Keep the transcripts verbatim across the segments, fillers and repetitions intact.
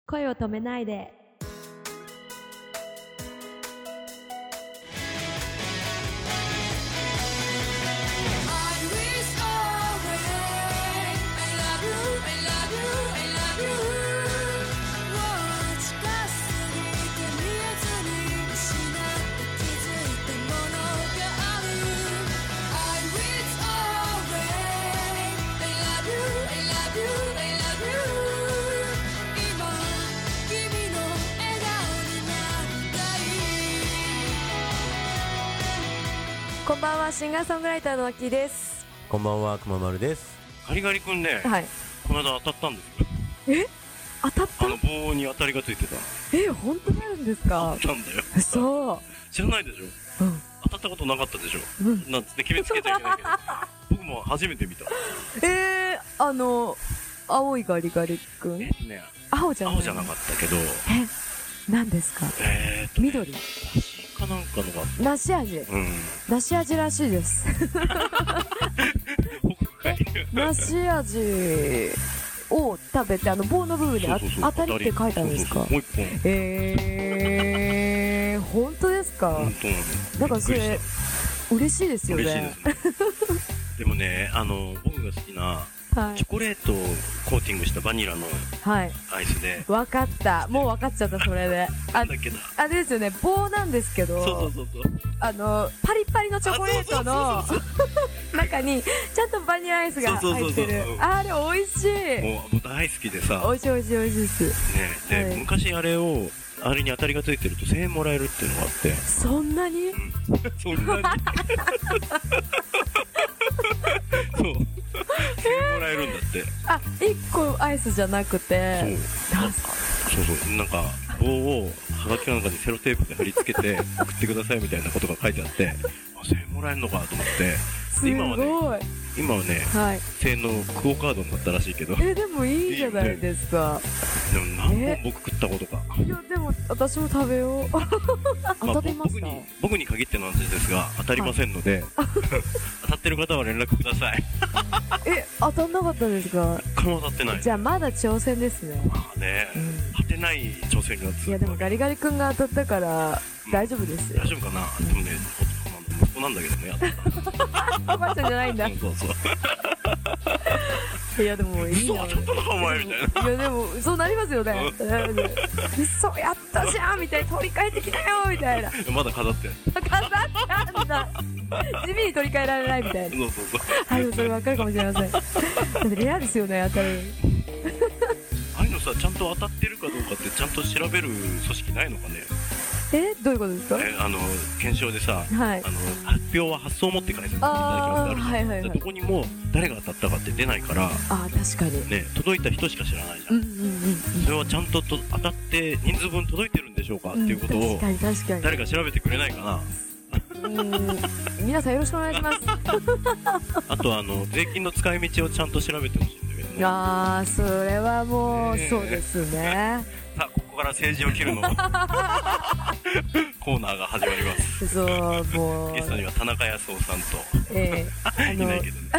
声を止めないで。こんばんは、シンガーソングライターのあきです。 こんばんは、くままるです。 ガリガリ君ね、はい、この間当たったんですよ。 え、当たった？ あの棒に当たりがついてた。 え、本当にあるんですか？ 当たったんだよ。 そう知らないでしょ、うん、当たったことなかったでしょ、うん、なんつって決めつけちゃいけないけど僕も初めて見た。 えー、あの青いガリガリ君、 えっとね、 青じゃない、 青じゃなかったけど、 え、何ですか？ えーっと、ね、 緑かなんかのが梨味、うん、梨味らしいです梨味を食べて、あの棒の部分にあ当たりって書いてあるんですか？ そうそうそう、もう一本。 えー、本当ですか？ 本当なの。 だからそれ嬉しいですよね。 嬉しいですねでもね、あの僕が好きなはい、チョコレートをコーティングしたバニラのアイスで、 はい、分かった、もう分かっちゃった。それであなんだっけな、 あれですよね、棒なんですけど、 そうそうそうそう、 あのパリパリのチョコレートの中にちゃんとバニラアイスが入ってる。あれ美味しい。 もう大好きでさ、 美味しい美味しい美味しいですね。で、はい、昔あれをあれに当たりがついてるとせんえんもらえるっていうのがあって。 そんなに、うん、 そんなにそうせんえんもらえるんだって。 あ、いっこアイスじゃなくて、 そうそうそう、なんか棒をはがきの中にセロテープで貼り付けて送ってくださいみたいなことが書いてあって、あ、せんえんもらえるのかと思って。 すごい。 今はね、今はね、はい、せんえんのクオカードになったらしいけど。 え、でもいいじゃないですか。 でも何本僕食ったことか。 いや、でも私も食べよう。当たりました？ 僕に僕に限っての話ですが当たりませんので、はい、当たってる方は連絡くださいえ、当たんなかったですか？ 一回も当たってない。 じゃあまだ挑戦ですね。 まあね、うん、当てない挑戦が続く。 いやでもガリガリ君が当たったから大丈夫ですよ。 大丈夫かな。でもね、息子なんだけどね、 おばあちゃんじゃないんだ。 そうそう。 いやでもいいな。 嘘当たったのかお前みたいな。 いやでもそうなりますよね。嘘やったじゃんみたいな、取り替えてきたよみたいな。 まだ飾ってる。 飾ってあんだ。地味に取り替えられないみたいな。 そうそうそう。 はい、それ分かるかもしれません。だってレアですよね、当たる。 ああいうのさ、ちゃんと当たってるかどうかってちゃんと調べる組織ないのかね。 え、どういうことですか？ え、あの検証でさ、はい、あの発表は発送を持って書いていただきますってあるじゃん、はいはいはい、どこにも誰が当たったかって出ないから、 あ、確かにね、届いた人しか知らないじゃん、うんうんうんうん、それはちゃんとと当たって人数分届いてるんでしょうか、うん、っていうことを確かに確かに誰か調べてくれないかな。 うーん、皆さんよろしくお願いしますあとあの税金の使い道をちゃんと調べてほしいんだけどね。 あー、それはもう、ね、そうですね。 さあ、ここから政治を切るのコーナーが始まります。 そう、もうゲストには田中康夫さんと、 えー、 いないけどね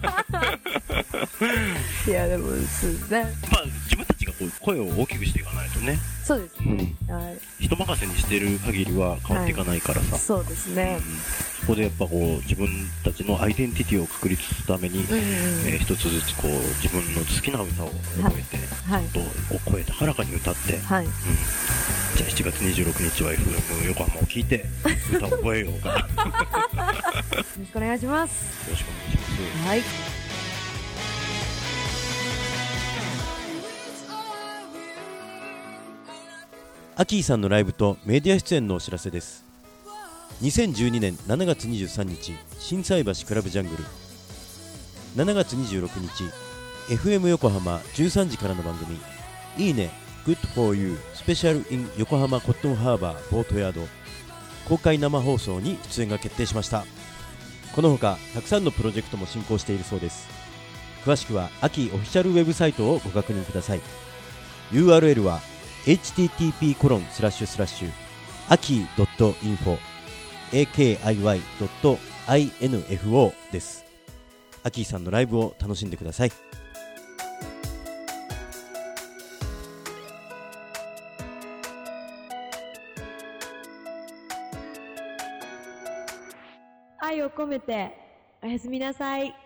いやでもそうですね、 まあ自分たちがこう声を大きくしていかないとね。 そうですね、うん、はい、 人任せにしてる限りは変わっていかないからさ、はい、 そうですね、 うん、そこでやっぱこう自分たちのアイデンティティをくくりつつために、うんうん、えー、一つずつこう自分の好きな歌を覚えて、はい、と声高らかに歌って、はい、うん、じゃあしちがつにじゅうろくにちは エフエム 横浜を聴いて歌を覚えようかなよろしくお願いします。 よろしくお願いします。 はい、 アキーさんのライブとメディア出演のお知らせです。にせんじゅうにねんしちがつにじゅうさんにち、心斎橋クラブジャングル。しちがつにじゅうろくにち、エフエム 横浜じゅうさんじからの番組いいね Good for You スペシャル in 横浜コットンハーバーボートヤード公開生放送に出演が決定しました。このほかたくさんのプロジェクトも進行しているそうです。詳しくはアキオフィシャルウェブサイトをご確認ください。 ユーアールエル は エイチティーティーピーコロンスラッシュスラッシュアキードットインフォ エーケーアイワイドットアイエヌエフオー です。アキーさんのライブを楽しんでください。 愛を込めて、おやすみなさい。